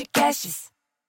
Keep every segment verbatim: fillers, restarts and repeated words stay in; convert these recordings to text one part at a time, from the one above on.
Podcasts.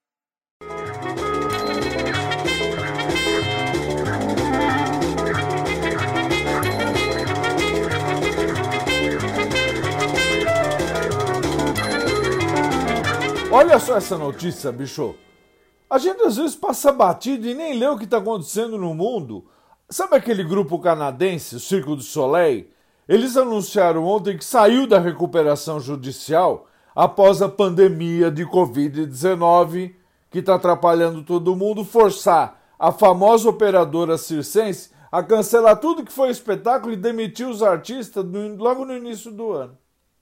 Olha só essa notícia, bicho. A gente às vezes passa batido e nem lê o que está acontecendo no mundo. Sabe aquele grupo canadense, o Cirque du Soleil? Eles anunciaram ontem que saiu da recuperação judicial após a pandemia de covid dezenove, que está atrapalhando todo mundo, forçar a famosa operadora circense a cancelar tudo que foi espetáculo e demitir os artistas logo no início do ano.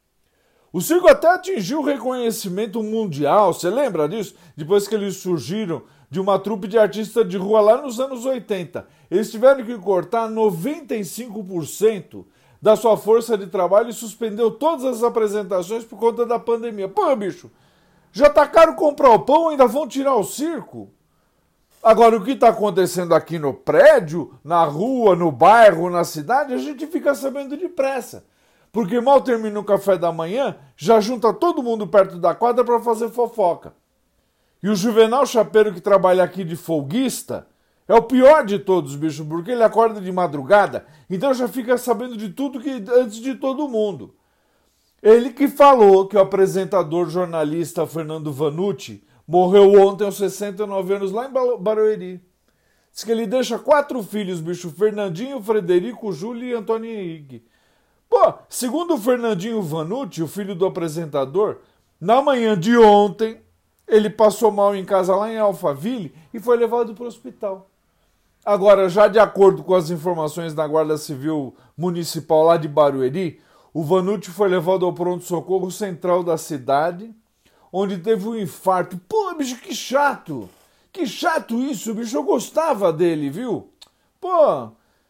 O circo até atingiu reconhecimento mundial, você lembra disso? Depois que eles surgiram de uma trupe de artistas de rua lá nos anos oitenta. Eles tiveram que cortar noventa e cinco por cento da sua força de trabalho e suspendeu todas as apresentações por conta da pandemia. Pô, bicho, já tá caro comprar o pão, ainda vão tirar o circo? Agora, o que está acontecendo aqui no prédio, na rua, no bairro, na cidade, a gente fica sabendo depressa. Porque mal termina o café da manhã, já junta todo mundo perto da quadra para fazer fofoca. E o Juvenal Chapeiro, que trabalha aqui de folguista, é o pior de todos, bicho, porque ele acorda de madrugada, então já fica sabendo de tudo que, antes de todo mundo. Ele que falou que o apresentador jornalista Fernando Vanucci morreu ontem aos sessenta e nove anos lá em Barueri. Diz que ele deixa quatro filhos, bicho, Fernandinho, Frederico, Júlio e Antônio Henrique. Pô, segundo o Fernandinho Vanucci, o filho do apresentador, na manhã de ontem, ele passou mal em casa lá em Alphaville e foi levado para o hospital. Agora, já de acordo com as informações da Guarda Civil Municipal lá de Barueri, o Vanucci foi levado ao pronto-socorro central da cidade, onde teve um infarto. Pô, bicho, que chato! Que chato isso, bicho, eu gostava dele, viu? Pô...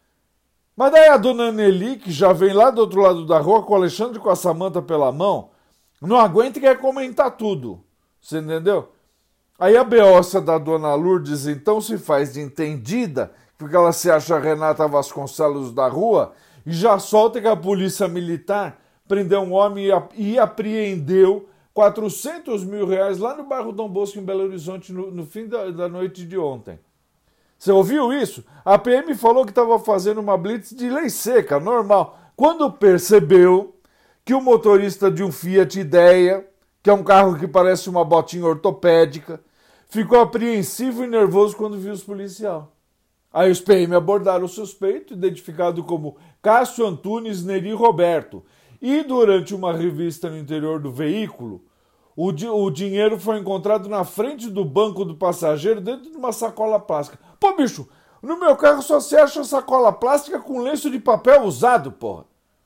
Mas daí a dona Nelly, que já vem lá do outro lado da rua com o Alexandre com a Samanta pela mão, não aguenta e quer comentar tudo. Você entendeu? Aí a beossa da dona Lourdes então se faz de entendida, porque ela se acha Renata Vasconcelos da rua, e já solta que a polícia militar prendeu um homem e apreendeu quatrocentos mil reais lá no bairro Dom Bosco, em Belo Horizonte, no, no fim da, da noite de ontem. Você ouviu isso? A P M falou que estava fazendo uma blitz de lei seca, normal. Quando percebeu que o motorista de um Fiat Idea, que é um carro que parece uma botinha ortopédica, ficou apreensivo e nervoso quando viu os policiais. Aí os P M abordaram o suspeito, identificado como Cássio Antunes Neri Roberto. E durante uma revista no interior do veículo, O, di- o dinheiro foi encontrado na frente do banco do passageiro dentro de uma sacola plástica. Pô, bicho, no meu carro só se acha sacola plástica com lenço de papel usado, porra.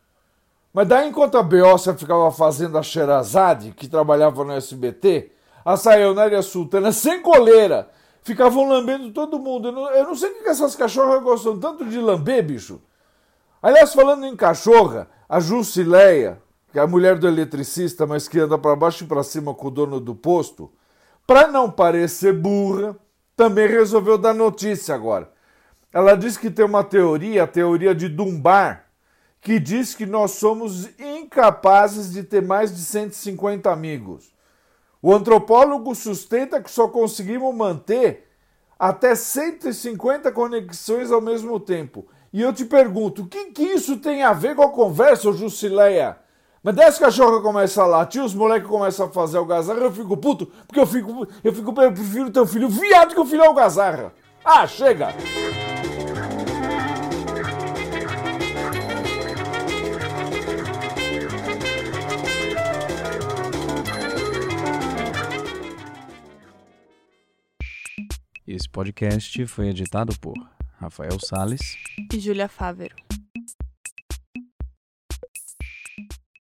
Mas daí, enquanto a Beossa ficava fazendo a Sherazade, que trabalhava no S B T, a Sayonara e a Sultana, sem coleira, ficavam lambendo todo mundo. Eu não, eu não sei o que essas cachorras gostam tanto de lamber, bicho. Aliás, falando em cachorra, a Jusileia, que é a mulher do eletricista, mas que anda para baixo e para cima com o dono do posto, para não parecer burra, também resolveu dar notícia agora. Ela diz que tem uma teoria, a teoria de Dunbar, que diz que nós somos incapazes de ter mais de cento e cinquenta amigos. O antropólogo sustenta que só conseguimos manter até cento e cinquenta conexões ao mesmo tempo. E eu te pergunto, o que, que isso tem a ver com a conversa, Jusileia? Mas dez cachorros começam a latir, os moleques começam a fazer algazarra, eu fico puto, porque eu fico, eu fico, eu prefiro teu filho viado que o filho algazarra. Ah, chega! Esse podcast foi editado por Rafael Salles e Júlia Fávero.